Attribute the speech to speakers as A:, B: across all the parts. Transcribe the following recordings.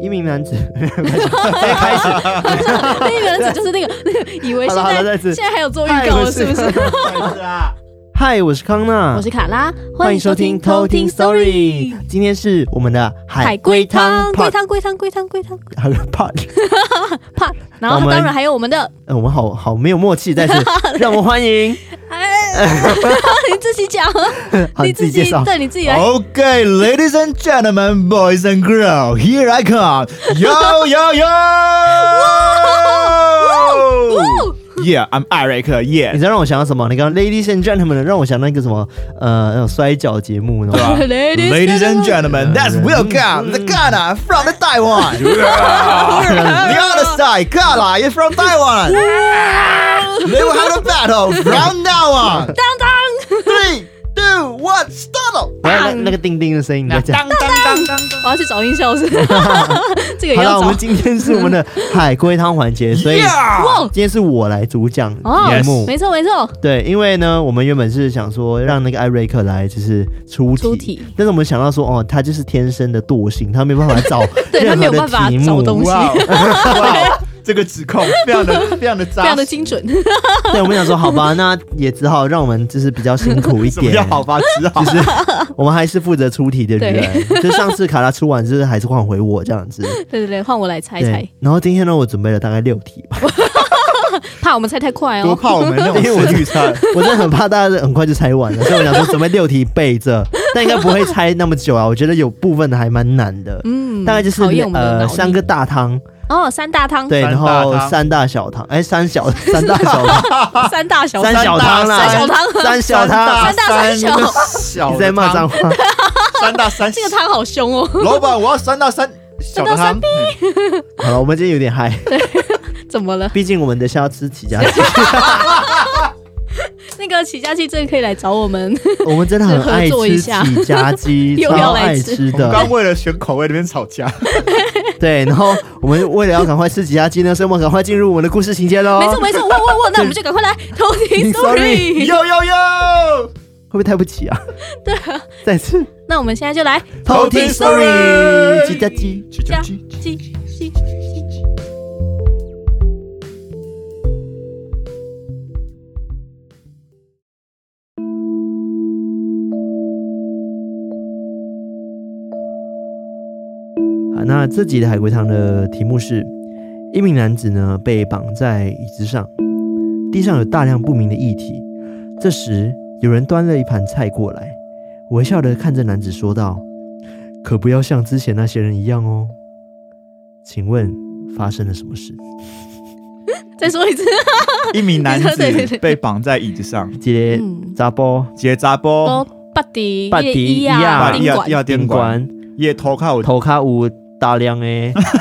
A: 一名男子，直接开始。
B: 一名男子就是那个以为现在还有做预告了，是不是？
A: 嗨，我是康纳，
B: 我是卡拉，
A: 欢迎收听偷听 Story。今天是我们的海龟汤，
B: 龟汤，
A: 还有 part，
B: 然后当然还有我们的，
A: 我们好没有默契，但是让我们欢迎。
B: 你自己讲，
A: 你自己介绍，
B: 对，你自己来。
C: Okay, ladies and gentlemen, boys and girls, here I come. Yo, yo, yo! Yeah, I'm Eric. Yeah.
A: 你知道让我想到什么？你刚刚 Ladies and Gentlemen 让我想到那个什么那种摔跤节目，对吧
C: ？Ladies and gentlemen, that's welcome the Ghana from the Taiwan. The other side, Ghana is from Taiwan. They will have a battle from now on.
B: 当当
C: 3, 2, 1, start!
A: 那个叮叮的声音，你在讲。
B: 我要去找音效是。这个也要找。
A: 好了，我们今天是我们的海龟汤环节，所以今天是我来主讲节目。
B: 没错。
A: 对，因为呢，我们原本是想说让那个艾瑞克来就是出题，但是我们想到说，他就是天生的惰性，他没办法找任何的题目。
C: 哇，这个指控非常的扎实，
B: 非常的精准。
A: 对，我们想说，好吧，那也只好让我们就是比较辛苦一点。什
C: 么叫好吧？只好，
A: 就是我们还是负责出题的人。就上次卡拉出完，就是还是换回我这样子。
B: 对，换我来猜猜。
A: 然后今天呢，我准备了大概6题吧。
B: 怕我们猜太快哦，
C: 多怕我们那种死预测，
A: 我真的很怕大家很快就猜完了，所以我想说准备6题备着，但应该不会猜那么久啊。我觉得有部分的还蛮难的，大概就是3个大汤。
B: 3大汤，
A: 对，然后3大小汤，3小汤，3大小汤，
B: 三大小
A: 汤啦，3小汤，
B: 三
A: 小，你在骂脏话
C: ？3大3，
B: 这个汤好凶哦！
C: 老板，我要3大3小汤。
A: 好了，我们今天有点嗨，
B: 怎么了？
A: 毕竟我们等下要吃起家鸡。
B: 那个起家鸡真的可以来找我们，
A: 我们真的很爱吃起家鸡，超爱吃的。
C: 我刚为了选口味那边吵架。
A: 对，然后我们为了要赶快吃起家鸡呢，所以我们赶快进入我们的故事情节喽。
B: 没错，那我们就赶快来偷听 Story。
C: yo，
A: 会不会太不起啊？
B: 对啊，
A: 再次。
B: 那我们现在就来
A: 偷听 Story， 起家鸡。那这集的海龟汤的题目是：一名男子呢被绑在椅子上，地上有大量不明的液体。这时有人端了一盘菜过来，微笑地看着男子说道：“可不要像之前那些人一样哦。”请问发生了什么事？
B: 再说一次。
C: 一名男子被绑在椅子上，
A: 一个查甫
B: 八底
A: 电管，
C: 伊头壳
A: 有大量的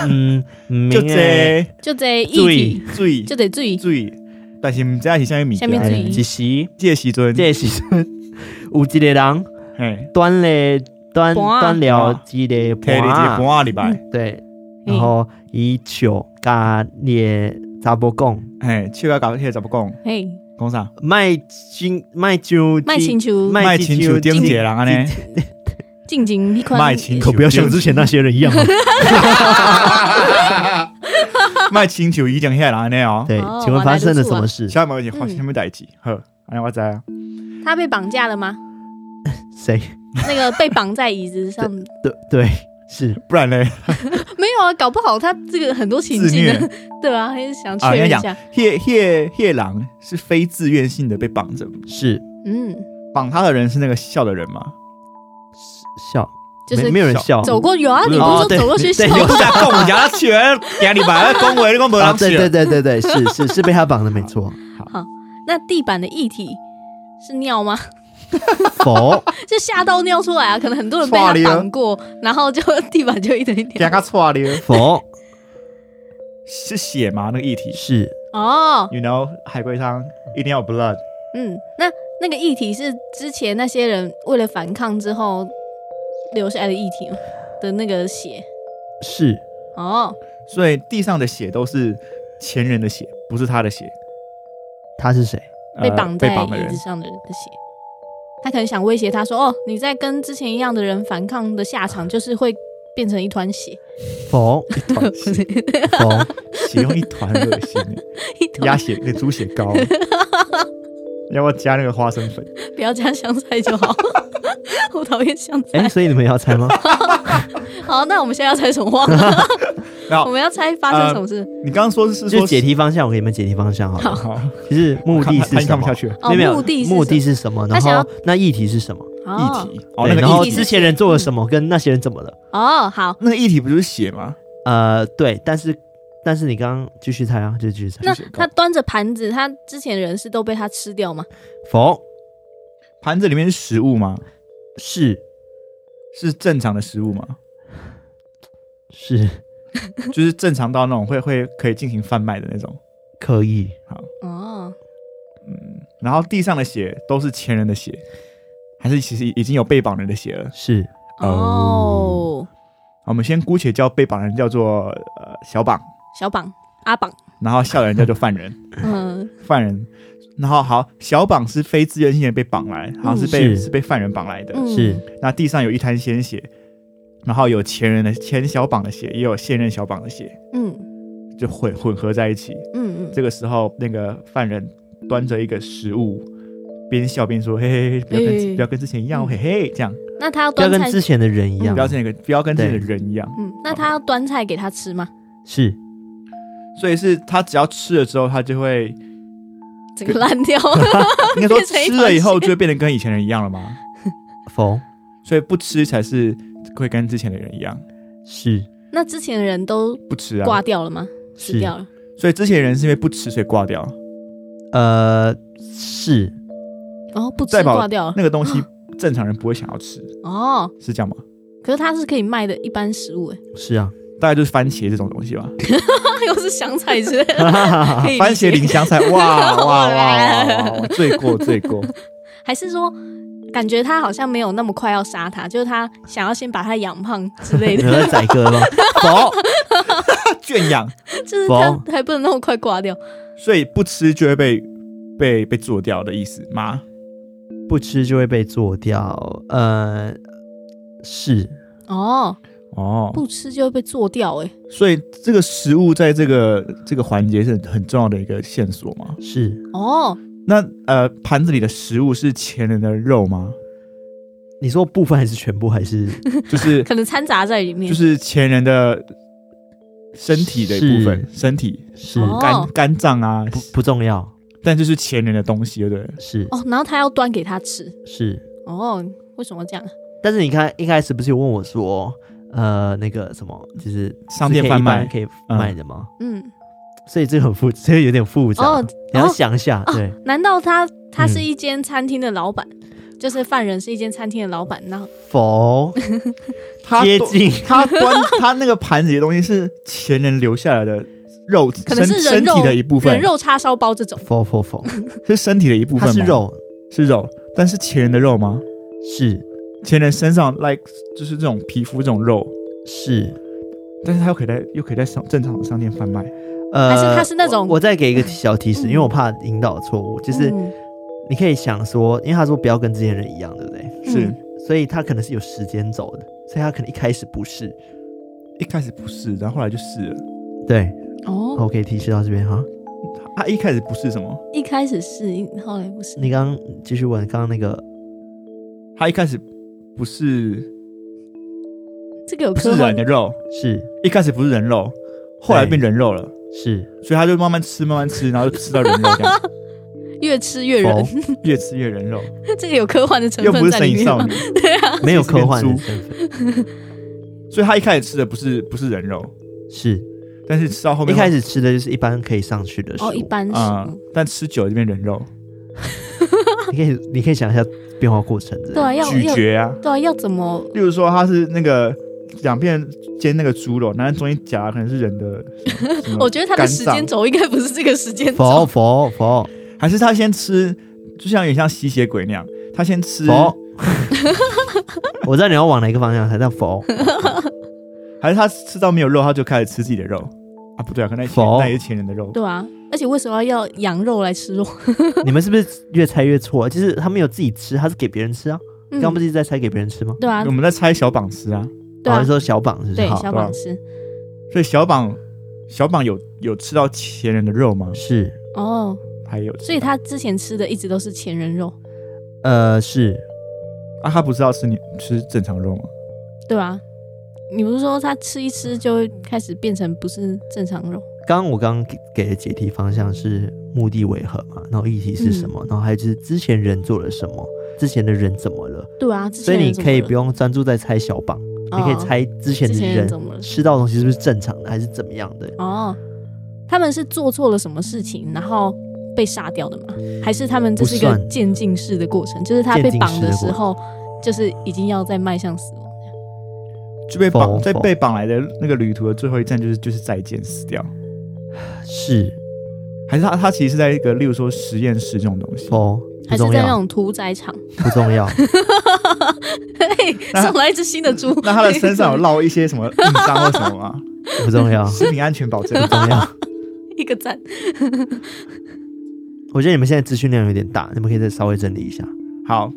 B: 就这液体，就这
C: 水，但是唔知是啥物件。
A: 一时
C: 这个时阵
A: 有一个人端了一个
C: 盘里边，
A: 对，然后伊笑甲你的查甫讲，
C: 笑甲迄个查甫讲，讲啥？卖亲像顶一个人安尼。
B: 静静一款，
A: 可不要像之前那些人一样。
C: 卖亲像以前迄个人安尼哦。
A: 对，请问发生了什么事？
C: 下面发生什么代志？好，安尼我知啊。
B: 他被绑架了吗？
A: 谁？
B: 那个被绑在椅子上。
A: 对，是，
C: 不然嘞？
B: 没有啊，搞不好他这个很多情境的，对啊，还是想确认一下。
C: 迄个人是非自愿性的被绑着，
A: 是，
C: 绑他的人是那个笑的人吗？
A: 笑，
B: 就是
A: 没有人笑。
B: 走过有啊，你不是说走过去笑？
C: 有在讲人家全给你把讲话，你讲没人笑。
A: 对，是被他绑的，没错。
B: 好，那地板的液体是尿吗？
A: 否，
B: 就吓到尿出来啊！可能很多人被他绑过，然后就地板就一堆尿。
C: 给他错了。
A: 否，
C: 是血吗？那个液体
A: 是
B: 哦。
C: You know， 海龟汤一定要有 blood。
B: 那个液体是之前那些人为了反抗之后留下来的液体的那个血。
A: 是
B: 哦，
C: 所以地上的血都是前人的血，不是他的血。
A: 他是谁？
B: 被绑在椅子上的人的血。他可能想威胁他说：“哦，你在跟之前一样的人反抗的下场就是会变成一团血，
A: 否
C: 一团血，
A: 否
C: 血用一团恶心欸，
B: 一团
C: 鸭血那猪血糕，要不要加那个花生粉？
B: 不要加香菜就好。我讨厌香菜。
A: 所以你们要猜吗？
B: 好，那我们现在要猜什么话？我们要猜发生什么事？
C: 你刚刚说是
A: 就解题方向，我给你们解题方向好了。
C: 好，
A: 其实目的是
C: 他
A: 什么？
C: 看不下去了。
A: 没有
B: 目的是
A: 什么？然
B: 他想要
A: 后那议题是什么？
C: 议题哦，
A: 对
C: 那个议题
A: 然后之前人做了什么，跟那些人怎么了？
B: 哦，好，
C: 那个议题不就是血吗？
A: 对，但是你刚刚继续猜啊，就继续猜。
B: 那他端着盘子，他之前的人是都被他吃掉吗？
A: 否，
C: 盘子里面是食物吗？
A: 是
C: 正常的食物吗？
A: 是
C: 就是正常到那种会可以进行贩卖的那种。
A: 可以。
C: 好，
B: 哦，
C: 然后地上的血都是前人的血，还是其实已经有被绑人的血了？
A: 是
B: 哦，
C: 好，我们先姑且叫被绑人叫做小绑，
B: 小绑阿绑，
C: 然后笑人叫做犯人，犯人。然后好，小绑是非自愿性的被绑来，好像是被犯人绑来的。
A: 是。
C: 那地上有一滩鲜血，然后有前小绑的血，也有现任小绑的血，就混合在一起。这个时候，那个犯人端着一个食物，边笑边说：“嘿嘿，不要跟之前一样，嘿嘿。”这样。
B: 那他要端菜，
A: 不要跟之前的人一样，
C: 不要跟之前的人一样。
B: 那他要端菜给他吃吗？
A: 是。
C: 所以是他只要吃了之后，他就会
B: 整个烂掉。
C: 应该说吃了以后就会变得跟以前人一样了吗？
A: 否。
C: 所以不吃才是会跟之前的人一样。
A: 是。
B: 那之前的人都
C: 不吃啊，
B: 挂掉了吗？死掉了。
C: 所以之前的人是因为不吃所以挂掉。
A: 是。
B: 不吃挂掉了。
C: 那个东西正常人不会想要吃。是这样吗？
B: 可是它是可以卖的一般食物。
A: 是啊。
C: 大概就是番茄这种东西吧。
B: 又是香菜之类的。
C: 番茄淋香菜，哇，罪过。
B: 还是说感觉他好像没有那么快要杀他，就是他想要先把他养胖之类的。
A: 你在宰割吗？否。
C: 圈养。
B: 就是他还不能那么快挂掉。
C: 所以不吃就会被做掉的意思吗？
A: 不吃就会被做掉。是。
B: 不吃就会被做掉。
C: 所以这个食物在这个环节是很重要的一个线索吗？
A: 是。
C: 那盘子里的食物是前人的肉吗？
A: 你说部分还是全部还是
C: 就是
B: 可能掺杂在里面，
C: 就是前人的身体的一部分，身体
A: 是
C: 肝脏啊，
A: 不重要，
C: 但就是前人的东西，对不对？
A: 是。
B: 然后他要端给他吃。
A: 是。
B: 为什么这样？
A: 但是你看一开始不是有问我说那个什么，就是
C: 商店贩卖
A: 可以卖的吗？所以这个所以有点复杂。你要想一下。对。
B: 难道他是一间餐厅的老板？就是犯人是一间餐厅的老板？那
A: 否。接近。
C: 他端他那个盘子里的东西是前人留下来的肉，
B: 可能是
C: 身体的一部分，
B: 人肉叉烧包这种。
A: 否。
C: 是身体的一部分吗？是肉，但是前人的肉吗？
A: 是。
C: 前人身上就是这种皮肤这种肉。
A: 是。
C: 但是他又可以在正常的商店贩卖。
B: 还是他是那种，
A: 我再给一个小提示，因为我怕引导错误，就是你可以想说，因为他说不要跟之前人一样，对不对？
C: 是。
A: 所以他可能是有时间轴的，所以他可能一开始不是，
C: 然后后来就是了。
A: 对。OK， 提示到这边哈。
C: 他一开始不是什么？
B: 一开始是，后来不是。
A: 你刚刚继续问，刚刚那个，
C: 他一开始不是，
B: 这个有
C: 不是人的肉，
A: 是
C: 一开始不是人肉，后来变人肉了。
A: 是。
C: 所以他就慢慢吃，然后就吃到人肉这样。
B: 越吃越人，
C: 越吃越人肉。
B: 这个有科幻的成分在里面吗？
C: 又不是神隐少女。
B: 对啊，
A: 没有科幻的成分。
C: 所以他一开始吃的不是人肉。
A: 是。
C: 但是吃到后面，
A: 一开始吃的就是一般可以上去的食物。
B: 一般食物。
C: 但吃久了就变人肉。
A: 你可以想一下变化过程。
B: 对啊，
C: 咀嚼啊。
B: 对啊，要怎么？
C: 例如说，他是那个两片煎那个猪肉，然后中间夹可能是人的。
B: 我觉得他的时间轴应该不是这个时间轴。
A: 否，
C: 还是他先吃，就像有点像吸血鬼那样，他先吃。
A: 我知道你要往哪一个方向，才叫否。
C: 还是他吃到没有肉，他就开始吃自己的肉啊？不对啊，可能那也是前人的肉。
B: 对啊，而且为什么要羊肉来吃肉？
A: 你们是不是越猜越错？就是他没有自己吃，他是给别人吃啊。刚刚不是一直在猜给别人吃吗？
B: 对啊，
C: 我们在猜小绑吃啊。
B: 对啊
A: 好像说小绑是不是？
B: 对，
A: 好
B: 小绑是
C: 所以小绑有吃到前人的肉吗？
A: 是
B: 哦，
C: 还有，
B: 所以他之前吃的一直都是前人肉，
A: 是
C: 啊，他不是要吃正常肉吗？
B: 对啊，你不是说他吃一吃就会开始变成不是正常肉？
A: 我刚刚给的解题方向是目的为何嘛，然后议题是什么，然后还有就是之前人做了什么，之前的人怎么了？
B: 对啊，
A: 所以你可以不用专注在猜小绑，你可以猜之前的人吃到的东西是不是正常的，还是怎么样的？
B: 哦，他们是做错了什么事情，然后被杀掉的吗？还是他们这是一个渐进式的过程？就是他被绑的时候，就是已经要在迈向死亡，
C: 就被绑来的那个旅途的最后一站就是再见，死掉。
A: 是，
C: 还是他其实是在一个例如说实验室这种东西？
B: 还是在那种屠宰场？
A: 不重要。
B: 嘿，送来一只新的猪。
C: 那他的身上有烙一些什么印章或什么吗？
A: 不重要。
C: 食品安全保证
A: 不重要。
B: 一个赞。
A: 我觉得你们现在资讯量有点大，你们可以再稍微整理一下。
C: 好，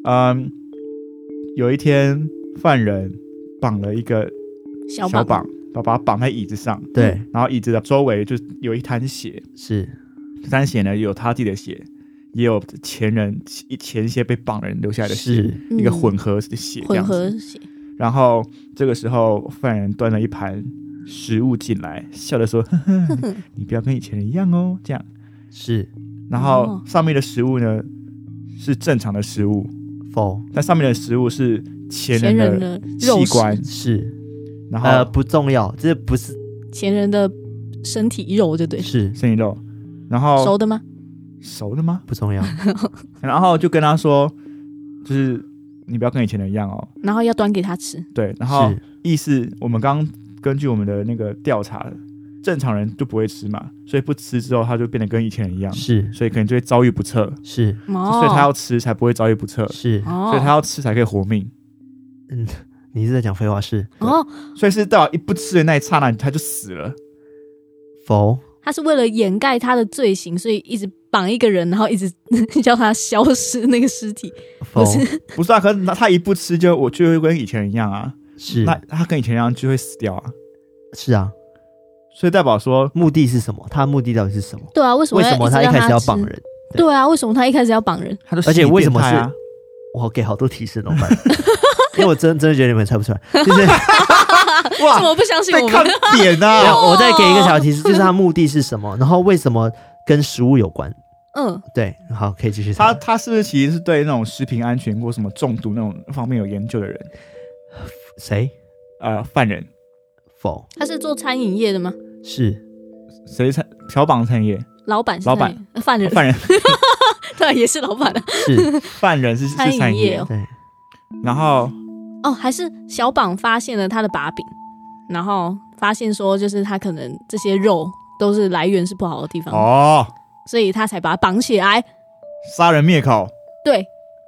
C: 有一天犯人绑了一个小绑，把它绑在椅子上，
A: 对，
C: 然后椅子的周围就有一滩血，
A: 是
C: 这滩血呢有他自己的血，也有前些被绑的人留下来的血，
A: 是
C: 一个混合的血，混合血。然后这个时候犯人端了一盘食物进来，笑着说：“呵呵，你不要跟以前人一样哦。”这样
A: 是。
C: 然后上面的食物呢是正常的食物，但上面的食物是前人的器官，
A: 是。
C: 然后
A: 不重要，这不是
B: 前人的身体肉，就对，
A: 是
C: 身体肉。然后
B: 熟的吗？
C: 熟的吗？
A: 不重要。
C: 然后就跟他说，就是你不要跟以前人一样哦。
B: 然后要端给他吃。
C: 对，然后意思我们刚根据我们的那个调查，正常人就不会吃嘛，所以不吃之后他就变得跟以前人一样，
A: 是，
C: 所以可能就会遭遇不测，
A: 是，
C: 所以他要吃才不会遭遇不测，
A: 是，
C: 所以他要吃才可以活命。
A: 你是在讲废话是？
C: 所以是到一不吃的那一刹那他就死了。
B: 他是为了掩盖他的罪行，所以一直绑一个人，然后一直叫他消失那个尸体。
C: 不是啊，可是他一不吃就会跟以前人一样啊。
A: 是，
C: 那他跟以前一样就会死掉啊。
A: 是啊，
C: 所以代表说
A: 目的是什么？他的目的到底是什么？
B: 对啊，为什么
A: 他一开始要绑人？
B: 对啊，为什么他一开始要绑人？
A: 而且为什么是？我给好多提示怎么办？因为我真的觉得你们猜不出来，就是
B: 哇，怎么不相信我们？
C: 被看扁啊！
A: 我再给一个小提示，就是他目的是什么，然后为什么跟食物有关？对，好，可以继续猜。
C: 他是不是其实是对那种食品安全或什么中毒那种方面有研究的人？
A: 谁？
C: 犯人。
B: 他是做餐饮业的吗？
A: 是。
C: 谁小绑餐饮业？
B: 老板，犯人，对，也是老板啊。
A: 是，
C: 犯人是餐饮业。
A: 对。
C: 然后
B: 还是小绑发现了他的把柄，然后发现说就是他可能这些肉都是来源是不好的地方所以他才把他绑起来，
C: 杀人灭口。
B: 对，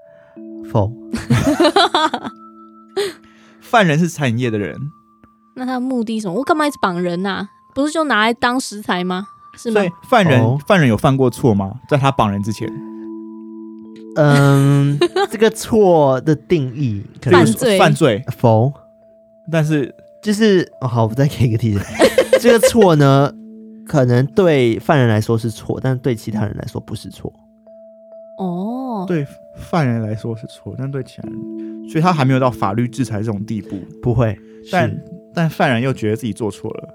C: 犯人是餐饮业的人，
B: 那他的目的是什么？我干嘛一直绑人啊？不是就拿来当食材吗？是吗？
C: 所以犯人有犯过错吗？在他绑人之前？
A: 这个错的定义可
C: 能
B: 犯
C: 罪，但是
A: 就是好，我再给一个提示，这个错呢，可能对犯人来说是错，但对其他人来说不是错。
C: 对犯人来说是错，但对其他人，所以他还没有到法律制裁这种地步，
A: 不会。
C: 但犯人又觉得自己做错了，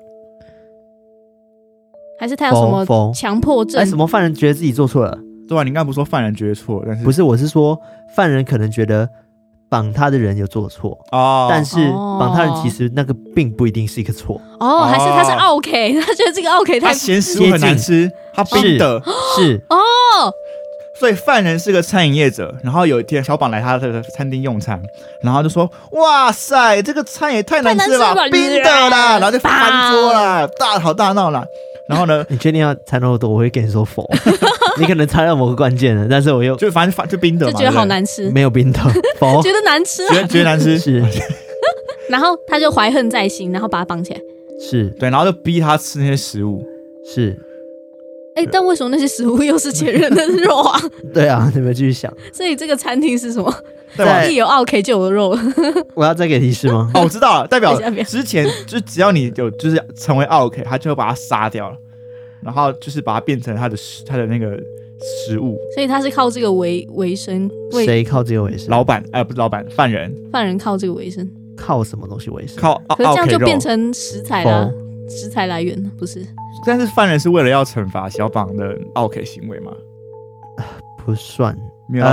B: 还是他有什么强迫症？
A: 什么犯人觉得自己做错了？
C: 对啊，你刚才不是说犯人觉得错，但是
A: 不是，我是说犯人可能觉得绑他的人有做错但是绑他人其实那个并不一定是一个错
B: 还是他是 OK， 他觉得这个 OK 太
C: 他嫌食物很难吃，他冰的
A: 是
C: 所以犯人是个餐饮业者，然后有一天小绑来他的餐厅用餐，然后就说：“哇塞，这个餐也太难吃了吧，冰的啦！”然后就翻桌啦，大吵大闹啦。然后呢？
A: 你确定要猜那么多？我会跟你说否。你可能猜到某个关键了，但是我又
C: 就反正就冰的嘛，
B: 就觉得好难吃，
A: 没有冰的否，
B: 觉得难吃，
C: 觉得难吃
A: 是。
B: 然后他就怀恨在心，然后把他绑起来。
A: 是
C: 对，然后就逼他吃那些食物。
A: 是。
B: 但为什么那些食物又是前人的肉啊？
A: 对啊，你们继续想。
B: 所以这个餐厅是什么？
A: 在
B: 一有OK就有肉。
A: 我要再给提示吗？
C: 哦，我知道了，代表
B: 等一下
C: 之前就只要你有就是成为 OK， 他就会把它杀掉了，然后就是把它变成他的那个食物。
B: 所以他是靠这个为生。
A: 谁靠这个为生？
C: 老板，不是老板，犯人
B: 靠这个为生。
A: 靠什么东西为生？
C: 靠
B: 可是这样
C: OK
B: 就变
C: 肉。
B: 成食材啦，食材来源不是？
C: 但是犯人是为了要惩罚小绑的 OK 行为吗？
A: 不算。
C: 没有。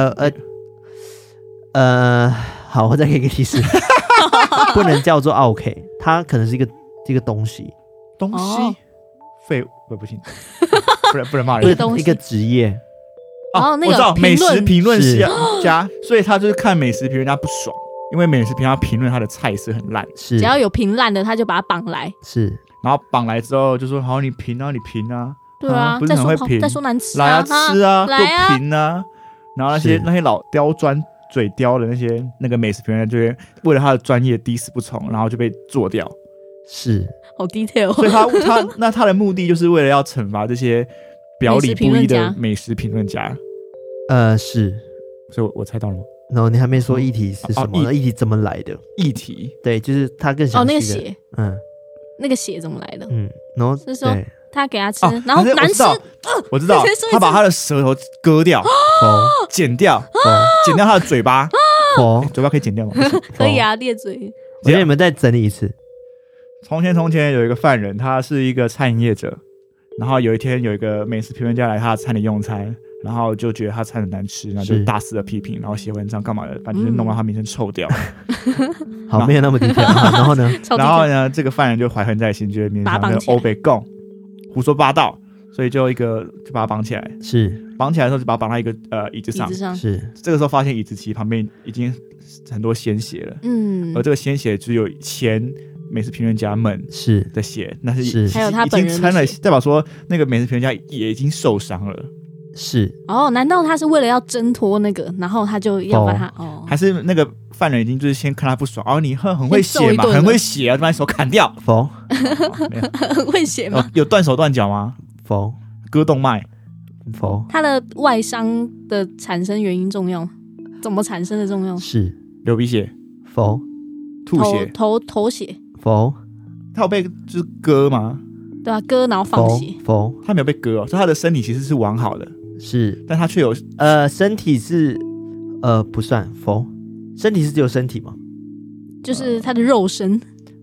A: 好，我再给一个提示，不能叫做 OK， 它可能是一个东西。
C: 东西废物不行，不能骂
A: 人。
C: 人。
A: 一个职业。
B: 那个
C: 我知道美食评论
A: 家，
C: 所以他就是看美食评论家不爽，因为美食评论家评论他的菜色很烂，
A: 是
B: 只要有评烂的他就把它绑来，
A: 是，
C: 然后绑来之后就说好，你评啊，你评啊，
B: 对啊，
C: 不是很会评，
B: 再说难吃
C: 来啊吃啊，
B: 来啊
C: 都评啊，然后那些老刁钻嘴刁的那个美食评论家就会为了他的专业滴死不从，然后就被做掉，
A: 是，
B: 好 detail，
C: 所以他的目的就是为了要惩罚这些表里不一的美食评论家。
A: 是，
C: 所以我猜到了吗？
A: 然后你还没说议题是什么？议题怎么来的？
C: 议题
A: 对，就是他更详细的。
B: 那个血，那个血怎么来的？
A: 然后
B: 是说他给他吃，然后难吃。
C: 我知道，他把他的舌头割掉，剪掉他的嘴巴。嘴巴可以剪掉吗？
B: 可以啊，裂嘴。
A: 我给你们再整理一次。
C: 从前有一个犯人，他是一个餐饮业者，然后有一天有一个美食评论家来他的餐里用餐。然后就觉得他餐很难吃，然后就大肆的批评，然后写文章干嘛的，反正就弄到他名声臭掉。
A: 好，没有那么低调。然后
C: 呢，这个犯人就怀恨在心，觉得名上的欧北共胡说八道，所以就把他绑起来。
A: 是，
C: 绑起来的时候就把他绑到一个椅子上。
A: 是，
C: 这个时候发现椅子其实旁边已经很多鲜血了。而这个鲜血只有前美食评论家们的血，那是
B: 还有他本人
C: 已经掺了，代表说那个美食评论家也已经受伤了。
A: 是
B: 难道他是为了要挣脱那个，然后他就要把他
C: 还是那个犯人已经就是先看他不爽，你很会写嘛，很会写啊，就把你手砍掉。
B: 很会写吗？
C: 有断手断脚吗？割动脉。
B: 他的外伤的产生原因重要，怎么产生的重要？
A: 是
C: 流鼻血。吐血。
B: 头血。
C: 他有被就是割吗？
B: 对啊，割然后放血。
C: 他没有被割所以他的身体其实是完好的。
A: 是，
C: 但他却有
A: 身体是不算身体是只有身体吗？
B: 就是他的肉身。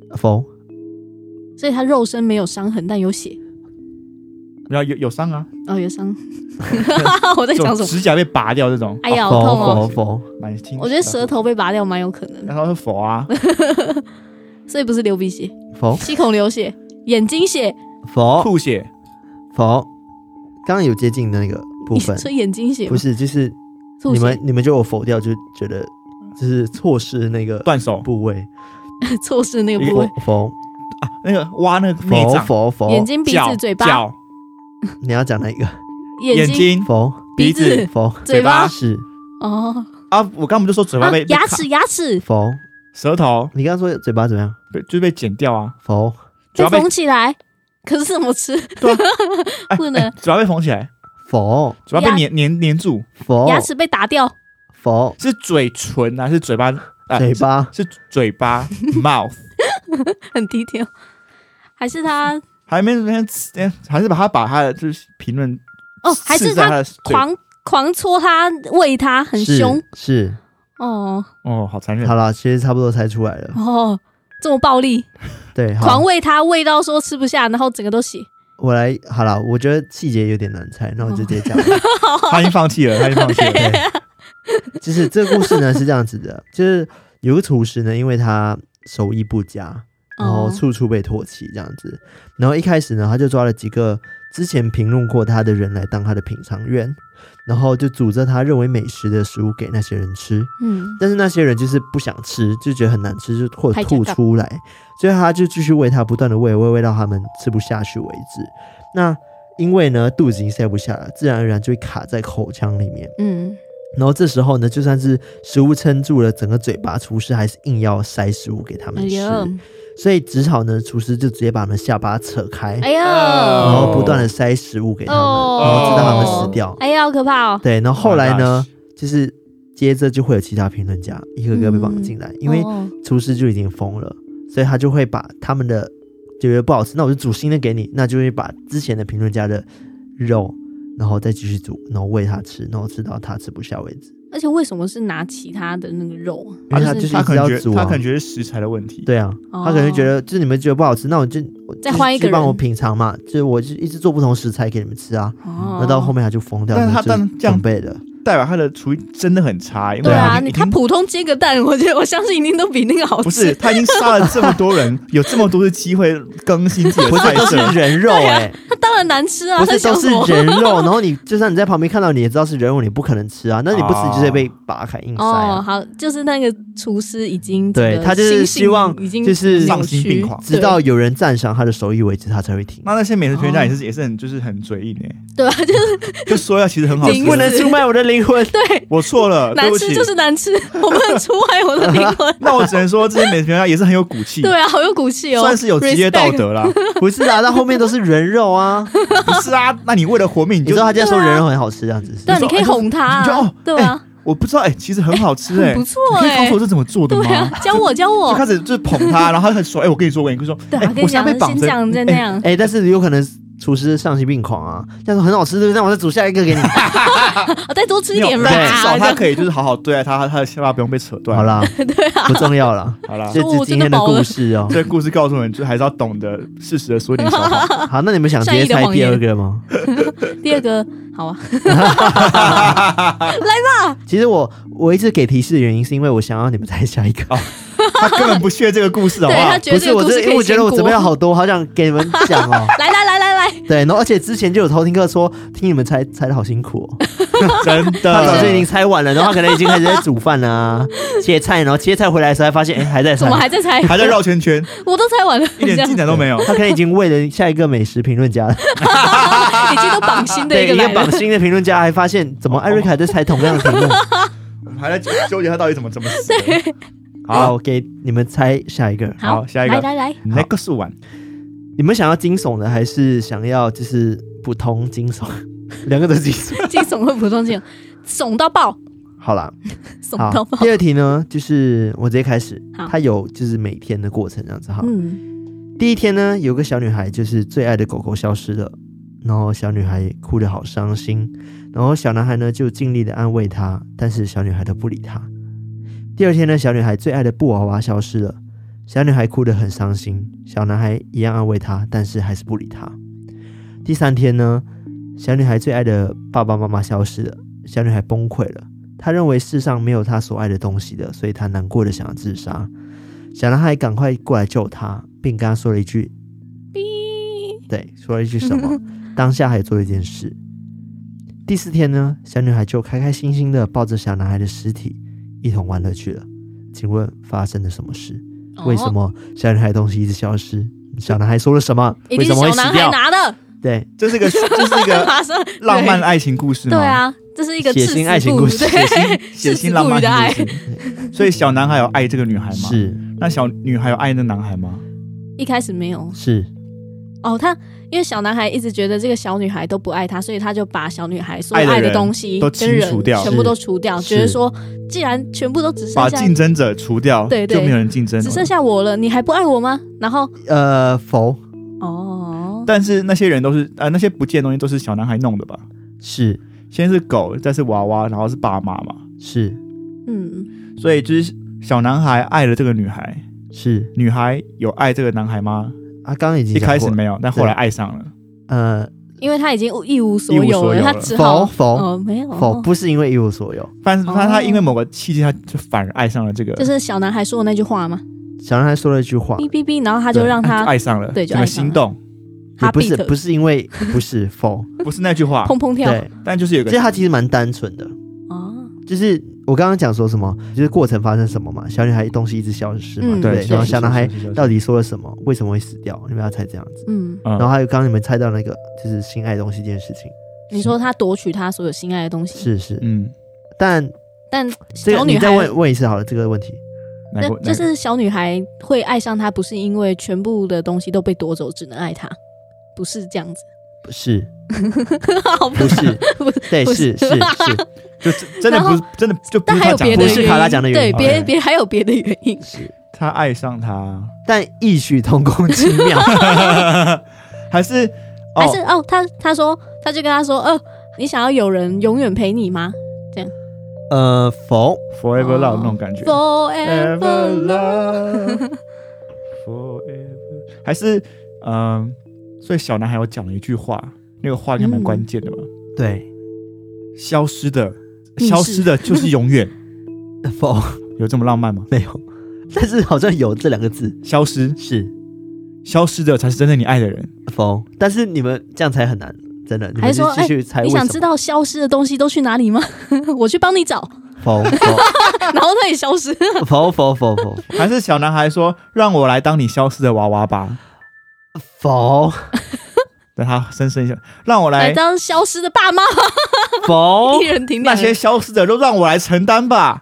B: 所以他肉身没有伤痕，但有血。
C: 有伤啊。
B: 有伤。我在讲什么？
C: 指甲被拔掉这种。
B: 哎呀，好痛
C: 哦。
B: 我觉得舌头被拔掉蛮有可能的。
C: 然后是佛啊。
B: 所以不是流鼻血。七孔流血，眼睛血。
C: 吐血。
A: 刚刚有接近的那个部分。
B: 说眼睛血
A: 不是，就是你们就有否掉，就觉得就是错失那个
C: 断手
A: 部位。
B: 错失那个部位。
C: 那个挖那个内脏。
B: 眼睛、鼻子、嘴巴。
C: 脚。
A: 你要讲哪一个？
B: 眼睛、
C: 鼻子、
B: 嘴巴。
A: 是。
C: 我刚不就说嘴巴被
B: 牙齿。
C: 舌头。
A: 你刚刚说嘴巴怎么样？
C: 就被剪掉啊。
B: 被缝起来。可是怎么吃？
C: 对啊，
B: 不能。
C: 嘴巴被缝起来。嘴巴被粘住。
B: 牙齿被打掉。
C: 是嘴唇啊，是嘴巴？
A: 嘴巴
C: 是嘴巴 ，mouth。
B: 很低调。还是他？
C: 还是把他的就是评论
B: 还是他狂戳他，喂他，很凶。
A: 是。
C: 好残忍。
A: 好了，其实差不多猜出来了。
B: 这么暴力。
A: 对，
B: 狂喂他，喂到说吃不下，然后整个都血。
A: 好了，我觉得细节有点难猜，那我就直接讲。
C: 他已经放弃了。
A: 对，就是这个故事呢是这样子的，就是有个厨师呢，因为他手艺不佳，然后处处被唾弃这样子，然后一开始呢，他就抓了几个之前评论过他的人来当他的品尝员，然后就煮着他认为美食的食物给那些人吃。但是那些人就是不想吃，就觉得很难吃，就或者吐出来，所以他就继续喂他，不断的喂到他们吃不下去为止。那因为呢肚子已经塞不下了，自然而然就会卡在口腔里面。然后这时候呢，就算是食物撑住了整个嘴巴，厨师还是硬要塞食物给他们吃。 所以只好呢，厨师就直接把他们下巴扯开，
B: 哎呀，
A: 然后不断的塞食物给他们，然后直到他们死掉。
B: 哎呀，好可怕哦！
A: 对，然后后来呢，就是接着就会有其他评论家一个个被绑进来，因为厨师就已经疯了，所以他就会把他们的觉得不好吃，那我就煮新的给你，那就会把之前的评论家的肉，然后再继续煮，然后喂他吃，然后吃到他吃不下为止。
B: 而且为什么是拿其他的那个肉？
A: 因为他就是一直要煮
C: 他可能觉得食材的问题。
A: 对啊，他可能觉得就是你们觉得不好吃，那我就
B: 再换一个人
A: 帮我品尝嘛，就是我就一直做不同食材给你们吃啊。那到后面他就疯掉，
C: 但他这样
A: 准备的。
C: 代表他的厨艺真的很差，因为
B: 对啊，他普通煎个蛋，我相信一定都比那个好吃。
C: 不是，他已经杀了这么多人，有这么多的机会更新自己的菜色，
A: 不是都是人肉
B: 他当然难吃啊，
A: 不是都是人肉，然后你就算你在旁边看到，你也知道是人肉，你不可能吃啊，那你不吃就是被拔开硬塞啊。
B: 好，就是那个厨师已经
A: 对他就是希望就是
C: 丧心病狂，
A: 直到有人赞赏他的手艺为止，他才会停。
C: 那些美食评论家也是很就是很嘴硬
B: 对啊，
C: 就说要其实很好吃，
A: 不能出卖我的灵魂。
B: 对。
C: 我错了，
B: 难吃就是难吃，我不能出卖我的灵魂。
C: 那我只能说，这些美食评论家也是很有骨气。
B: 对啊，好有骨气哦，
C: 算是有职业道德啦。
A: 不是啊，到后面都是人肉啊。
C: 不是啊，那你为了活命，
A: 你知道他这样说人肉很好吃这样子。
B: 对，你可以哄他。对啊，
C: 我不知道其实很好吃
B: 不错
C: 你可以告诉我这怎么做的吗？
B: 教我。就
C: 开始就是捧他，然后他说，我跟你说，我跟你说，
B: 对，我现在被绑着，先讲再那样。
A: 但是有可能。厨师丧心病狂啊！这样说很好吃，对不对？那我再煮下一个给你，
B: 我再多吃一点吧。
C: 至少他可以就是好好对待他的下巴不用被扯断。
A: 好啦，
B: 对啊，
A: 不重要了。
C: 好啦，
A: 这是今天的故事哦。
C: 这个故事告诉我们，就还是要懂得适时的说点小话。
A: 好，那你们想直接猜第二个吗？
B: 第二个好啊，来吧。
A: 其实我一直给提示的原因，是因为我想要你们猜下一个。
C: 他根本不屑这个故事，好不好？
A: 不是我这，因为我觉得我准备了好多，好想给你们讲哦。
B: 来，
A: 对，然后而且之前就有偷听课说，听你们猜的好辛苦哦，
C: 真的。
A: 他早就已经猜完了，然后他可能已经开始在煮饭啊、切菜，然后切菜回来的时候还发现，还在猜，
B: 怎么还在猜？
C: 还在绕圈圈，
B: 我都猜完了，
C: 一点进展都没有。
A: 他可能已经为了下一个美食评论家了，
B: 已经都绑新的
A: 一个绑新的评论家，还发现怎么艾瑞卡在猜同样的题目，
C: 我们还在纠结他到底怎么死。
A: 好，我给你们猜下一个。
C: 好，下一个，
B: 来
C: ，Next one。
A: 你们想要惊悚的，还是想要就是普通惊悚？两个都惊悚，
B: 惊悚和普通惊悚到爆。
A: 好啦，
B: 悚到爆。
A: 第二题呢，就是我直接开始，它有就是每天的过程这样子哈。第一天呢，有个小女孩就是最爱的狗狗消失了，然后小女孩哭得好伤心，然后小男孩呢就尽力的安慰她，但是小女孩都不理她。第二天呢，小女孩最爱的布娃娃消失了，小女孩哭得很伤心，小男孩一样安慰她，但是还是不理她。第三天呢，小女孩最爱的爸爸妈妈消失了，小女孩崩溃了，她认为世上没有她所爱的东西了，所以她难过的想要自杀。小男孩赶快过来救她，并跟她说了一句对，说了一句什么当下还做了一件事。第四天呢，小女孩就开开心心的抱着小男孩的尸体一同玩乐去了。请问发生了什么事？为什么小女孩的东西一直消失？小男孩说了什么？为什么会死掉？
B: 一定是小男孩拿的。
A: 对，
C: 这是一个浪漫爱情故事吗？
B: 对啊，这是一个
A: 血腥爱情故事，
C: 血腥浪漫爱情故事。所以小男孩有爱这个女孩吗？
A: 是。
C: 那小女孩有爱那男孩吗？
B: 一开始没有。
A: 是。
B: 他因为小男孩一直觉得这个小女孩都不爱他，所以他就把小女孩所有爱的东西
C: 都清除掉，
B: 全部都除掉，觉得说既然全部都只剩下
C: 把竞争者除掉，
B: 对，
C: 就没有人竞争了，
B: 只剩下我了，你还不爱我吗？然后
A: 否。
C: 但是那些人都是那些不见的东西都是小男孩弄的吧？
A: 是，
C: 先是狗，再是娃娃，然后是爸妈嘛？
A: 是。
C: 所以就是小男孩爱了这个女孩，
A: 是。
C: 女孩有爱这个男孩吗？
A: 刚刚已经
C: 一开始没有，但后来爱上了。
B: 因为他已经一无所有了，他只好没有
A: 不是因为一无所有，
C: 但是他因为某个契机，他就反而爱上了这个。
B: 就是小男孩说的那句话吗？
A: 小男孩说了一句话，
B: 哔哔哔，然后他就让他
C: 爱上了，
B: 对，就
C: 爱上了，心动。
A: 不是因为不是
C: 不是那句话，
B: 砰砰跳。
A: 对，
C: 但就是有个，
A: 其实他其实蛮单纯的就是我刚刚讲说什么，就是过程发生什么嘛，小女孩东西一直消失嘛，对，然后小男孩到底说了什么，为什么会死掉？你们要猜这样子，然后还有刚刚你们猜到那个就是心爱的东西这件事情，
B: 你说他夺取他所有心爱的东西，
A: 是，
B: 但
A: 这个你再问一次好了，这个问题，
B: 就是小女孩会爱上他，不是因为全部的东西都被夺走，只能爱他，不是这样子。
A: 不是，
B: 不
A: 是，对，是，
C: 就真的不是，真的就不是他讲的，
A: 不是卡拉讲的原因，
B: 对，别还有别的原因，
C: 是他爱上他，
A: 但异曲同工之妙，
C: 还是
B: 他说，他就跟他说，你想要有人永远陪你吗？这样，
C: forever love 那种感觉
B: ，forever
C: love， forever， 还是所以小男孩有讲了一句话，那个话应该蛮关键的吧？
A: 对，
C: 消失的就是永远。有这么浪漫吗？
A: 没有，但是好像有这2个字，
C: 消失
A: 是
C: 消失的才是真正你爱的人。
A: 但是你们这样猜很难，真的。
B: 还说
A: 继续猜为什么？
B: 你想知道消失的东西都去哪里吗？我去帮你找。然后他也消失。
C: 还是小男孩说：“让我来当你消失的娃娃吧。”等他深深一下，让我来
B: 当消失的爸妈。一人停
C: 那些消失的都让我来承担吧。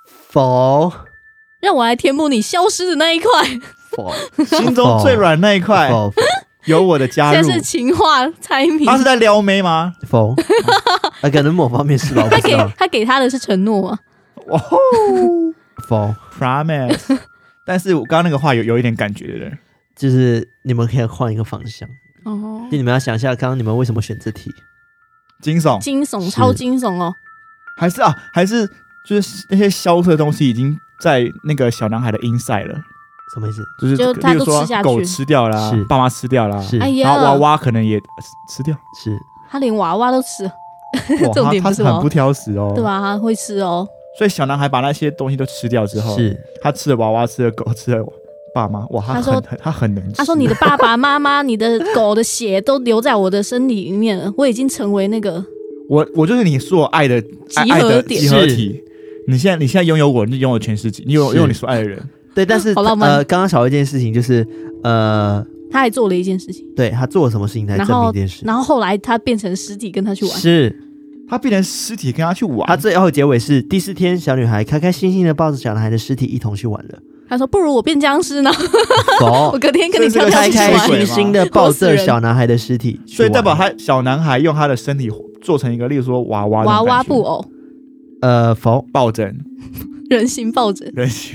B: 让我来填补你消失的那一块。
C: 心中最软那一块。有我的加入。
B: 现在是情话猜谜。
C: 他是在撩妹吗？
A: 可能某方面是吧。
B: 他给他的是承诺吗
C: ？Promise。但是我刚刚那个话有一点感觉的人。
A: 就是你们可以换一个方向就你们要想一下，刚刚你们为什么选这题？
C: 惊悚，
B: 超惊悚哦！
C: 还是就是那些消失的东西已经在那个小男孩的 inside 了。
A: 什么意思？
C: 就是
B: 他都吃下去，
C: 狗吃掉啦，爸妈吃掉啦，然后娃娃可能也吃掉，
A: 是
B: 他连娃娃都吃。重点
C: 他是很不挑食哦，
B: 对吧？他会吃哦。
C: 所以小男孩把那些东西都吃掉之后，
A: 是
C: 他吃了娃娃，吃了狗，吃了爸妈，哇，他很能吃。
B: 他说：“你的爸爸妈妈、你的狗的血都留在我的身体里面了，我已经成为那个
C: 我就是你所有爱的
B: 集合点、
C: 集合体。你现在拥有我，你拥有全世界，你拥有你所爱的人。
A: 对，但是刚刚少一件事情就是
B: 他还做了一件事情，
A: 对他做了什么事情来证明这件事？
B: 然后后来他变成尸体跟他去玩，
A: 是
C: 他变成尸体跟他去玩。
A: 他最后结尾是第4天，小女孩开开心心的抱着小男孩的尸体一同去玩了。他
B: 说：“不如我变僵尸呢？我隔天跟你跳
A: 开开心心的抱着小男孩的尸体，
C: 所以代表小男孩用他的身体做成一个，例如说娃
B: 娃布偶，
C: 抱枕，
B: 人形抱枕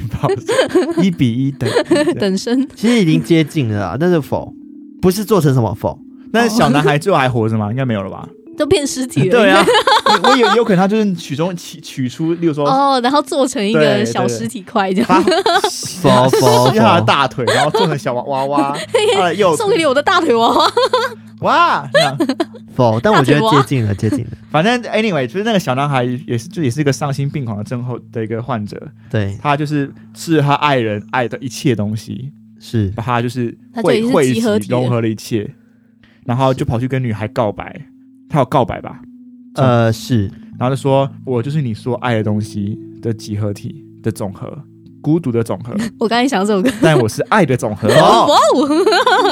C: ，1比1
B: 等身，
A: 其实已经接近了啦，但是不是做成什么
C: 但是小男孩最后还活着吗？应该没有了吧？
B: 都变尸体了。
A: 对啊，
C: 我有可能他就是取出，例如说
B: 然后做成一个小尸体块这样，
C: 吸他的大腿，然后做成小娃娃，
B: 送给你我的大腿娃娃，
C: 哇，
A: 但我觉得接近了。
C: 反正 anyway， 就是那个小男孩也是一个丧心病狂的症候的一个患者，
A: 对，
C: 他就是吃了他爱人爱的一切东西，
A: 是
C: 把他就是汇集融合了一切，然后就跑去跟女孩告白。他有告白吧？
A: 是，
C: 然后就说：“我就是你所爱的东西的集合体的总和，孤独的总和。”
B: 我刚才想这首歌，
C: 但我是爱的总和。
B: 哇哦！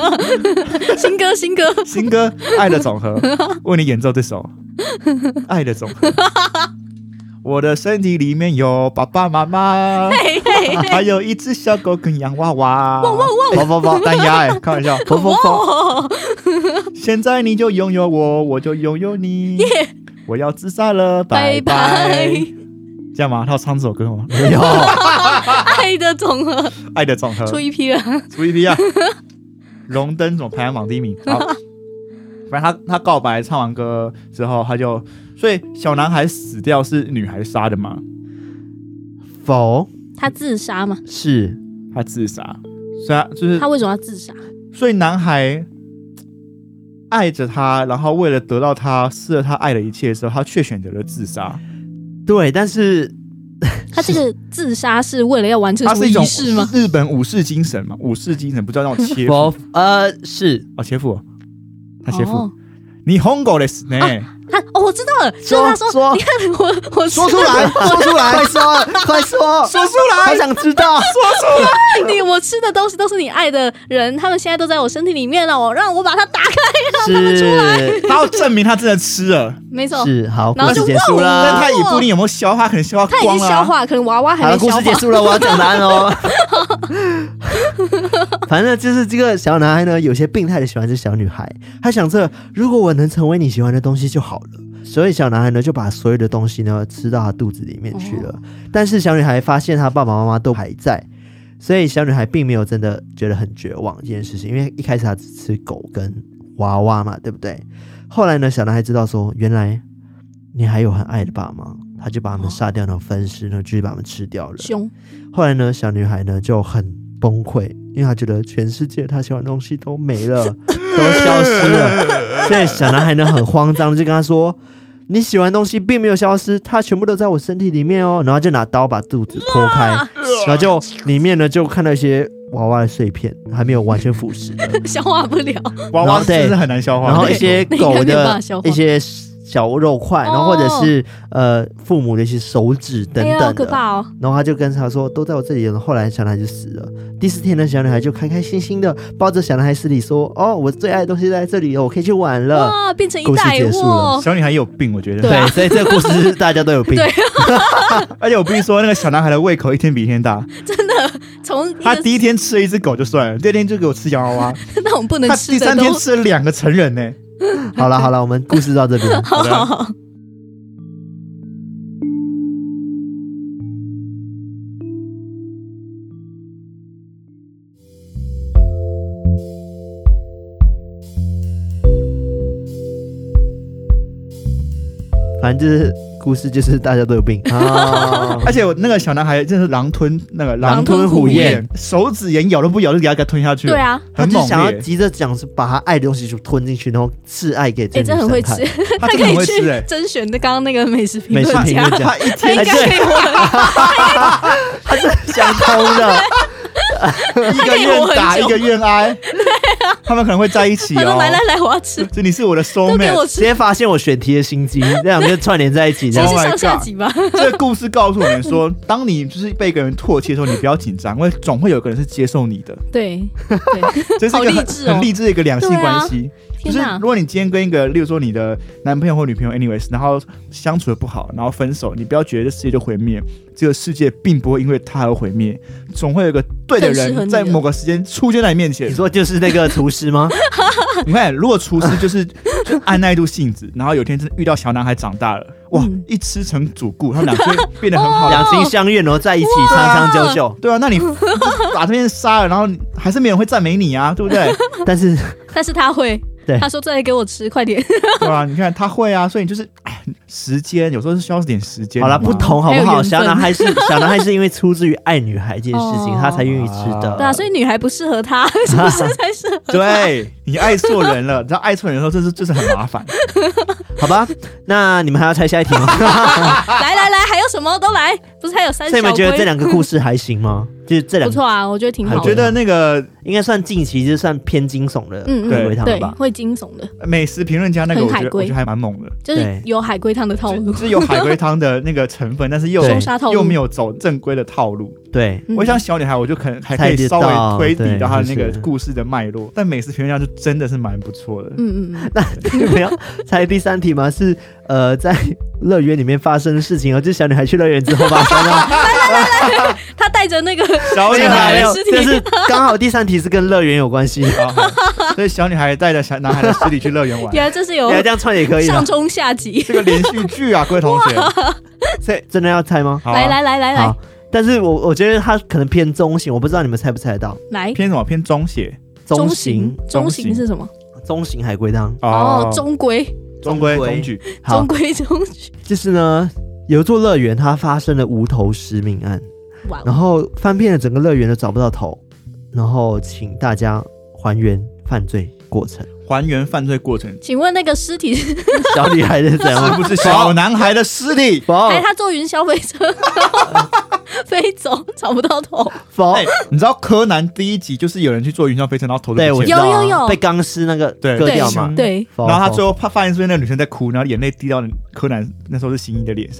B: 新歌，
C: 爱的总和，为你演奏这首《爱的总和》。我的身体里面有爸爸妈妈，还有一只小狗跟洋娃娃。汪！单压开玩笑。现在你就拥有我，我就拥有你。我要自杀了，拜拜。这样吗？他要唱这首歌吗？
A: 没有。
B: 爱的总和，出一批
C: 啊！荣登总排行榜第1名。好，反正他告白唱完歌之后，所以小男孩死掉是女孩杀的吗？
B: 他自杀吗？
A: 是
C: 他自杀，所以就是
B: 他为什么要自杀？
C: 所以男孩爱着他，然后为了得到他失了他爱的一切的时候，他却选择了自杀。
A: 对，但是
B: 他这个自杀是为了要完成什么仪式吗？
C: 日本武士精神嘛，武士精神不叫那种切腹
A: 是
C: 切腹，他切腹。你红狗的死呢？
B: 我知道了，就是他说，你看我
C: 说出来，快说
A: 了？快说
C: 出来，
A: 好想知道。
B: 我吃的东西都是你爱的人，他们现在都在我身体里面了，让我把它打开，让他们出来。
C: 他要证明他真的吃了，
B: 没错，
A: 是好，
B: 然后就
A: 故事结束了。
C: 但他也不一定有没有消化，可能消化光了。
B: 他已经消化，可能娃娃还没消化。
A: 好了，故事结束了，我要讲答案哦。反正就是这个小男孩呢，有些病态的喜欢这小女孩，他想着如果我能成为你喜欢的东西就好了。所以小男孩呢就把所有的东西呢吃到他肚子里面去了。但是小女孩发现她爸爸妈妈都还在，所以小女孩并没有真的觉得很绝望这件事情，因为一开始她只吃狗跟娃娃嘛，对不对？后来呢，小男孩知道说，原来你还有很爱的爸妈，他就把他们杀掉，然后分尸呢，继续把他们吃掉了。
B: 凶。
A: 后来呢，小女孩呢就很崩溃，因为她觉得全世界她喜欢的东西都没了，都消失了。所以小男孩呢很慌张，就跟他说：“你喜欢的东西并没有消失，它全部都在我身体里面哦。”然后就拿刀把肚子剖开，然后就里面呢就看到一些娃娃的碎片，还没有完全腐蚀的，
B: 消化不了。
C: 娃娃真的很难消化。
A: 然后一些狗的一些小肉块，然后或者是父母的一些手指等等的，
B: 好可怕哦。
A: 然后他就跟他说都在我这里了。后来小男孩就死了。第4天呢，小女孩就开开心心的抱着小男孩尸体说：“哦，我最爱的东西在这里了，我可以去玩了。”
B: 哇，变成一代。
A: 故事结束了。
C: 小女孩也有病，我觉得。
A: 对，所以这个故事是大家都有病。
B: 对，
C: 而且我必须说，那个小男孩的胃口一天比一天大。
B: 真的，从
C: 他第1天吃了1只狗就算了，第2天就给我吃洋娃娃。
B: 那种不能吃的。
C: 他第3天吃了2个成人呢。
A: 好了，我们故事到这边。
B: 好好。
A: 反正就是故事，就是大家都有病
C: 哦。而且我那个小男孩真是狼吞虎咽，手指连咬都不咬就给他吞下去了。
B: 对啊，
A: 他就想要急着讲是把他爱的东西就吞进去，然后示爱给这女生看。
B: 真很会吃，
C: 他真的很会吃
B: 甄选的刚刚那个美食评论
A: 家，
C: 他一天
B: 应该可以混，
A: 他是想通的。
C: 一个愿打一个愿挨，他们可能会在一起哦。
B: 来，我要吃。
C: 就你是我的 soul mate，
A: 直接发现我选题的心机，这两个串联在一起。
B: 其实是上下集吧。
C: 这个故事告诉我们说，当你就是被一个人唾弃的时候，你不要紧张，因为总会有个人是接受你的。
B: 对，
C: 这是一个很励志的一个两性关系。就是如果你今天跟一个，例如说你的男朋友或女朋友 anyways， 然后相处的不好，然后分手，你不要觉得这世界就毁灭，这个世界并不会因为他而毁灭，总会有一个对的人在某个时间出现在你面前。
A: 你说就是那个厨师吗？
C: 你看，如果厨师就按耐住性子，然后有天真的遇到小男孩长大了，哇，一吃成主顾，他们俩就会变得很好，
A: 两情相悦，然后在一起长长久久。
C: 对啊，那你把这边杀了，然后还是没有人会赞美你啊，对不对？
A: 但是
B: 他会。
A: 对，
B: 他说再来给我吃，快点。
C: 对啊，你看他会啊，所以你就是时间，有时候是需要点时间。
A: 好了，不同好不好？小男孩是因为出自于爱女孩这件事情，他才愿意吃的。
B: 对啊，所以女孩不适合他，是不是才适合？
C: 对，你爱错人了，你知道爱错人的时候，这是很麻烦。
A: 好吧，那你们还要猜下一题吗？
B: 来，还有什么都来，不是还有3小龟？
A: 所以你们觉得这2个故事还行吗？就是这2个
B: 不错啊，我觉得挺好的。
C: 我觉得那个
A: 应该算近期，就是算偏惊悚的海龟汤吧。
B: 对，会惊悚的。
C: 美食评论家那个，我觉得还蛮猛的，
B: 就是有海龟汤的套路，
C: 就是有海龟汤的那个成分，但是又没有走正规的套路。
A: 对，
C: 我想小女孩，我就可能还可以稍微推理到她的那个故事的脉络，但美食评论家就真的是蛮不错的。
A: 那你们要猜第3题吗？是在乐园里面发生的事情哦，就是小女孩去乐园之后发生的。
B: 来，她带着那个
C: 小女孩
B: 的尸体，
A: 就是刚好第3题是跟乐园有关系，
C: 所以小女孩带着小男孩的尸体去乐园玩。
B: 原来这是有，
A: 这样串也可以
B: 上中下集，
C: 这个连续剧啊，各位同学。
A: 所以真的要猜吗？
B: 来。
A: 但是我觉得它可能偏中型，我不知道你们猜不猜得到。
B: 来，
C: 偏什么？偏中邪？
B: 中型是什么？
A: 中型海龟汤
B: 中规
C: 中矩，
B: 中规中矩。
A: 就是呢，有一座乐园它发生了无头尸命案，然后翻遍了整个乐园都找不到头，然后请大家还原犯罪过程。
B: 请问那个尸体是
A: 小女孩的怎样？
C: 是不是小男孩的尸体？
B: 还他坐云霄飞车飞走找不到头。
C: 你知道柯南第1集就是有人去坐云霄飞车，然后头就不见
A: 了，
B: 有
A: 被钢丝那个割掉嘛？
B: 对。
C: 然后他最后发现是那个女生在哭，然后眼泪滴到柯南那时候是新一的脸上。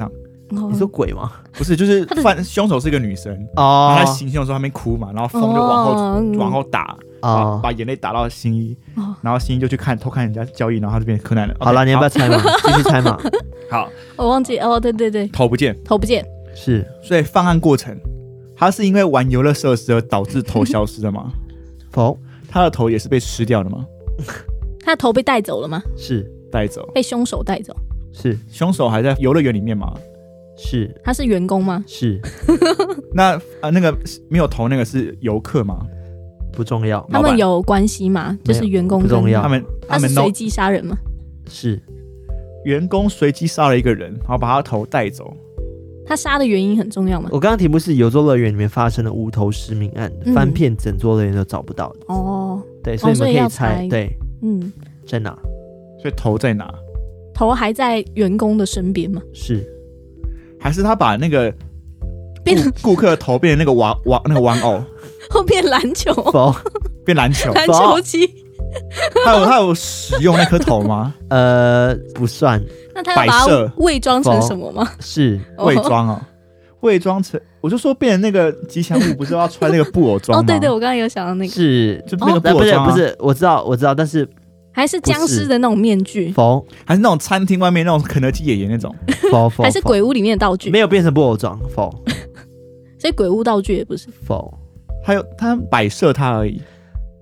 A: 你说鬼吗？
C: 不是，就是凶手是一个女生
A: 哦，
C: 她在行凶的时候她没哭嘛，然后风就往后打，把眼泪打到新一，然后新一就去偷看人家交易，然后他就变成柯南了。
A: 好了，你要不要猜嘛？继续猜嘛。
C: 好，
B: 我忘记对，
C: 头不见，
A: 是，
C: 所以犯案过程，他是因为玩游乐设施而导致头消失的吗？
A: 否，
C: 他的头也是被吃掉的吗？
B: 他的头被带走了吗？
A: 是
C: 带走，
B: 被凶手带走。
A: 是，
C: 凶手还在游乐园里面吗？
A: 是，
B: 他是员工吗？
A: 是。
C: 那那个没有头那个是游客吗？
A: 不重要。
B: 他们有关系吗？就是员工
A: 不重要。
B: 他是随机杀人吗？
A: 是，
C: 员工随机杀了一个人，然后把他头带走。
B: 他杀的原因很重要吗？
A: 我刚刚题目是游乐园里面发生了无头实名案，翻遍整座乐园都找不到的。
B: 哦，
A: 对，所以你们可以猜，对，在哪？
C: 所以头在哪？
B: 头还在员工的身边吗？
A: 是，
C: 还是他把那个顾客的头变成那个玩偶，
B: 后变篮球，
C: 变篮球
B: 机。
C: 他有使用那颗头吗？
A: 不算。
B: 那他要把它伪装成什么吗？
A: 是
C: 伪装哦，伪装成，我就说变成那个吉祥物，不是要穿那个布偶装吗？
B: 对，我刚刚有想到那个，
A: 是
C: 就那个布偶装，
A: 不是，我知道，但是
B: 还是僵尸的那种面具，
C: 还是那种餐厅外面那种肯德基爷爷那种，
B: 还是鬼屋里面的道具，
A: 没有变成布偶装，
B: 所以鬼屋道具也不是，
C: 还有他摆设它而已，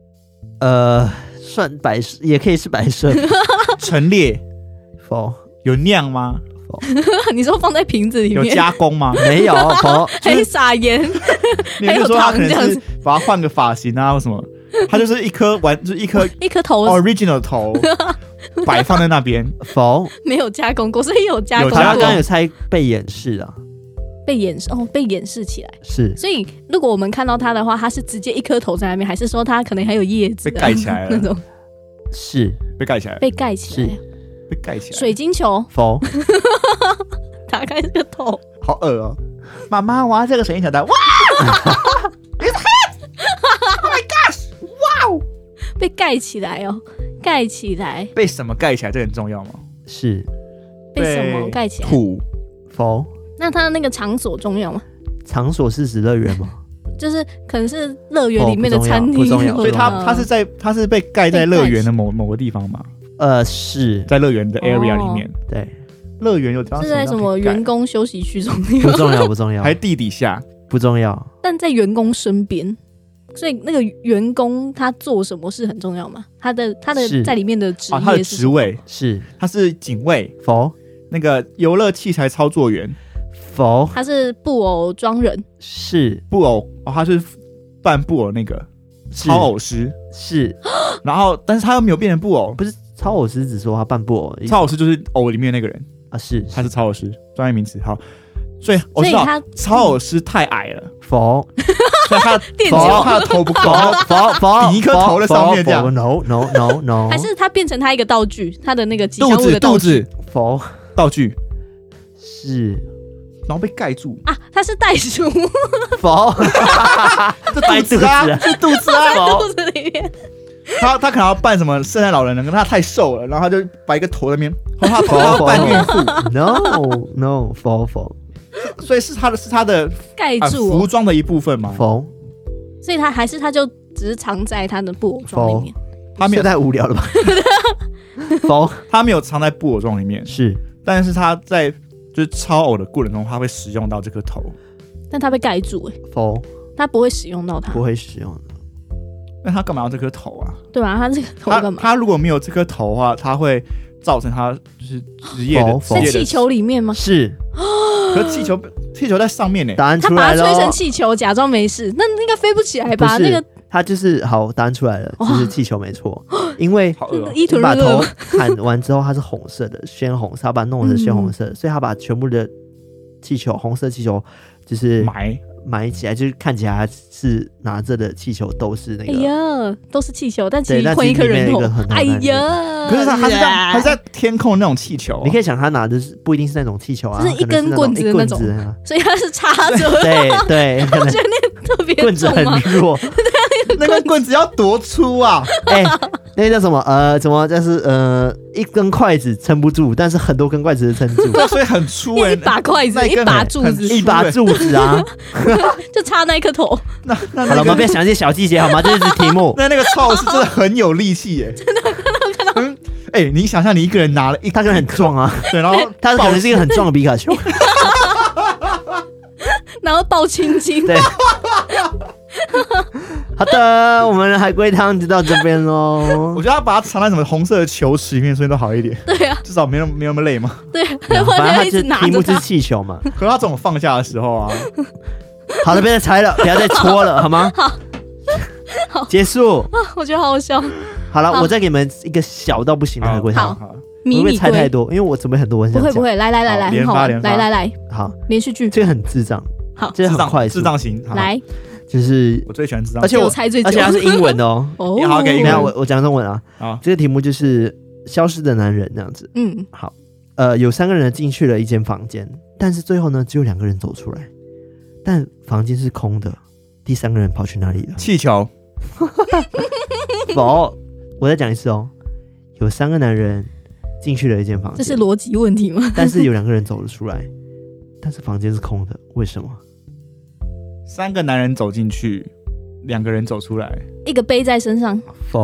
A: 算摆设，也可以是摆设，
C: 陈列，有酿吗？
B: 你说放在瓶子里面
C: 有加工吗？
A: 没有，
B: 还撒盐，
C: 还有说他可能是把它换个发型啊或什么，他就是一颗
B: 头
C: original 头摆放在那边，
B: 没有加工过，所以有加工。
A: 他刚刚有猜被掩饰啊，
B: 被掩饰起来
A: 是。
B: 所以如果我们看到他的话，他是直接一颗头在那边，还是说他可能还有叶子
C: 被盖起来了
B: 那种？
A: 是
C: 被盖起来，
B: 被盖起来，
C: 被盖起来。
B: 水晶球，打开这个头，
C: 好恶哦！妈妈，我要这个水晶球的，哇 ！It's hot！Oh my gosh！ 哇哦！
B: 被盖起来哦，盖起来。
C: 被什么盖起来？这很重要吗？
A: 是。
B: 被什么盖起来？
C: 土。
B: 那它的那个场所重要吗？
A: 场所是指乐园吗？
B: 就是可能是乐园里面的餐厅，
A: 不重要。
C: 所以它是被盖在乐园的某个地方吗？
A: 是
C: 在乐园的 area 里面。
A: 对，
C: 乐园有
B: 是在什么员工休息区中间？
A: 不重要。
C: 还地底下？
A: 不重要。
B: 但在员工身边，所以那个员工他做什么事很重要吗？他的在里面的职业，
C: 他的职位
A: 是
C: 他是警卫，那个游乐器材操作员，
B: 他是布偶装人，
A: 是
C: 布偶他是扮布偶那个超偶师
A: 是，
C: 然后但是他又没有变成布偶，
A: 不是超偶师，只说他扮布偶，
C: 超偶师就是偶里面那个人
A: 啊，是
C: 他是超偶师专业名词。好，所以我知道超偶师太矮了，所以他的头不够，顶一颗头在上面这样。
A: No，
B: 还是他变成他一个道具，他的那个吉祥物的
C: 肚子道具
A: 是，
C: 然后被盖住
B: 啊，他是袋鼠，
C: 这肚子啊，是肚子啊，
B: 肚子里面。
C: 他可能要扮什么圣诞老人，可是他太瘦了，然后他就摆一个头在那边，然后他要扮孕妇。
A: No，
C: 所以是他的
B: 盖住
C: 服装的一部分嘛。
B: 所以他就只是藏在他的布偶装里面。
C: 他没有
A: 太无聊了吧？
C: 他没有藏在布偶装里面，
A: 是，
C: 但是他在就是超偶的过程中，他会使用到这颗头，
B: 但他被盖住他不会使用到它，
A: 不会使用的。
C: 那他干嘛要这颗头啊？
B: 对吧？他这个头干嘛？
C: 他如果没有这颗头的话，他会造成他就是职业的
B: 在气球里面吗？
A: 是，
C: 可是气球在上面呢。
A: 答案出来了，
B: 他把它吹成气球，假装没事，那应该飞不起来吧？那个
A: 他就是好，答案出来了，就是气球没错，因为
B: 你
A: 把头砍完之后，它是红色的，鲜红色，他把它弄成鲜红色，所以他把全部的气球，红色气球就是埋起来，就是看起来是拿着的气球都是那个，
B: 哎呀，都是气球，但其实混一颗人头，哎呀，
C: 可是他是在天空那种气球，
A: 你可以想他拿的是不一定是那种气球啊，
B: 就是一根棍子的那种，所以他是插着，
A: 对，
B: 我觉得那个特别
A: 棍子很弱，
C: 那根棍子要多粗啊？
A: 那个叫什么？怎么就是一根筷子撑不住，但是很多根筷子撑住。
C: 所以很粗
B: 一把筷子，一把柱子，
A: 一把柱子啊，
B: 就差那一颗头。
A: 好了，我们不要想这些小细节好吗？这是题目。
C: 那个操是真的很有力气耶，真的看到。你想象你一个人拿了
A: 他可能很壮啊，
C: 对，然后
A: 他可能是一个很壮的皮卡丘，
B: 然后抱青筋。
A: 对。好的，我们的海龟汤就到这边喽。
C: 我觉得他把它藏在什么红色的球池里面，所以都好一点。
B: 对啊，
C: 至少没那么累嘛。
B: 对，
A: 反正他就题目是气球嘛。
C: 可是他总放下的时候啊。
A: 好了，别再猜了，不要再戳了，好吗？好，结束。
B: 我觉得好好笑。
A: 好了，我再给你们一个小到不行的海龟汤。
B: 好，
A: 会不会猜太多？因为我准备很多，
B: 不会，来，很好，来，
A: 好，
B: 连续剧。
A: 这个很智障，
B: 好，
A: 这个很快速，
C: 智障型，
B: 来。
C: 就是我最喜欢智障，
A: 而且它是英文的哦。
C: 你好，给英文，
A: 我讲中文啊。好，这个题目就是消失的男人这样子。好，有3个人进去了一间房间，但是最后呢，只有2个人走出来，但房间是空的。第3个人跑去哪里了？
C: 气球。
A: 否，我再讲一次哦。有3个男人进去了一间房间，
B: 这是逻辑问题吗？
A: 但是有2个人走了出来，但是房间是空的，为什么
C: ？3个男人走进去，2个人走出来，
B: 一个背在身上。
A: 否。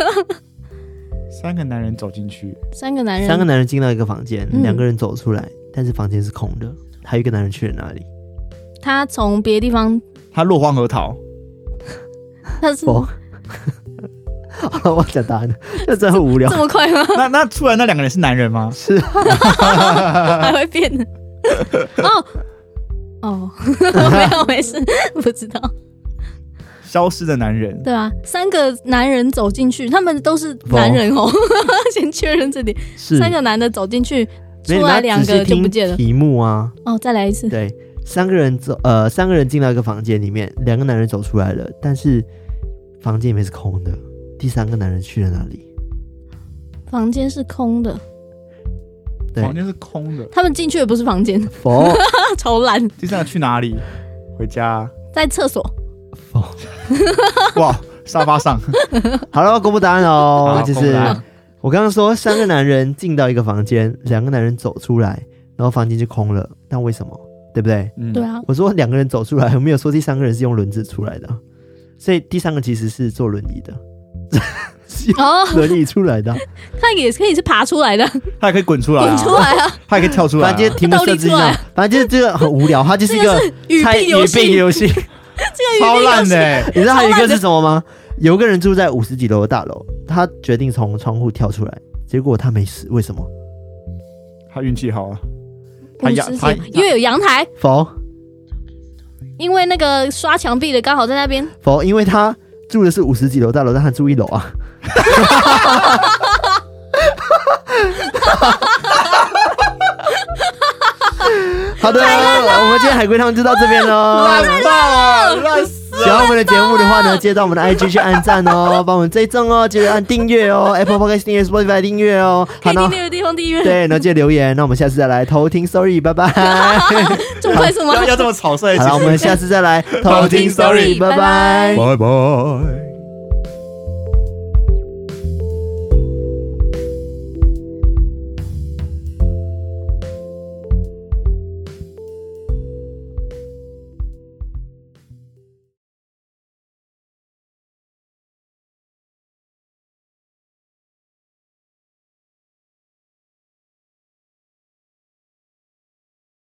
C: 3个男人走进去
B: ，3个男
A: 人进到一个房间，2个人走出来，但是房间是空的。还有一个男人去了哪里？
B: 他从别的地方，
C: 他落荒而逃。
B: 他是
A: 否。我讲答案了，这真的很无聊。
B: 这么快吗？
C: 那出来那2个人是男人吗？
A: 是。
B: 还会变的。没事，不知道。
C: 消失的男人，
B: 对啊，3个男人走进去，他们都是男人哦。先确认这点，3个男的走进去，出来2个就不见了。
A: 题目啊，
B: 再来一次。
A: 对，3个人进到一个房间里面，2个男人走出来了，但是房间里面是空的。第3个男人去了哪里？
B: 房间是空的。
A: 对，
C: 房间是空的。
B: 他们进去的不是房间。
A: 否。
B: 超烂。
C: 第3个去哪里？回家。
B: 在厕所。
A: 否。
C: 哇，沙发上。
A: 好了，公布答案哦。就是我刚刚说3个男人进到一个房间，2个男人走出来，然后房间就空了。但为什么？对不对？
B: 对啊。
A: 我说2个人走出来，我没有说第3个人是用轮子出来的，所以第3个其实是坐轮椅的。轮椅出来的。
B: 他也可以是爬出来的，
C: 他也可以滚出来，
B: 滚出来啊，
C: 他也可以跳出来。
A: 反正题目设置一下，反正就是这个很无聊，它就是一个猜语病游戏。
B: 这个
C: 超烂的。
A: 你知道还有一个是什么吗？有个人住在50几楼的大楼，他决定从窗户跳出来，结果他没死，为什么？
C: 他运气好啊。
B: 因为有阳台。
A: 否。
B: 因为那个刷墙壁的刚好在那边。
A: 否，因为他住的是50几楼大楼，但他住1楼啊。好的，我们今天海龟汤就到这边喽。
C: 烂爆了，烂死了！
A: 喜欢我们的节目的话呢，记得到我们的 IG 去按赞哦，帮我们追踪哦，记得按订阅哦 ，Apple Podcast 订阅 ，Spotify 订阅哦，
B: 可以订阅的地方订阅。
A: 对，然后记得留言。那我们下次再来偷听 Story， 拜拜。
B: 这么快速吗？
C: 要这么草率？
A: 好了，我们下次再来偷听 Story， 拜拜，
C: 拜拜。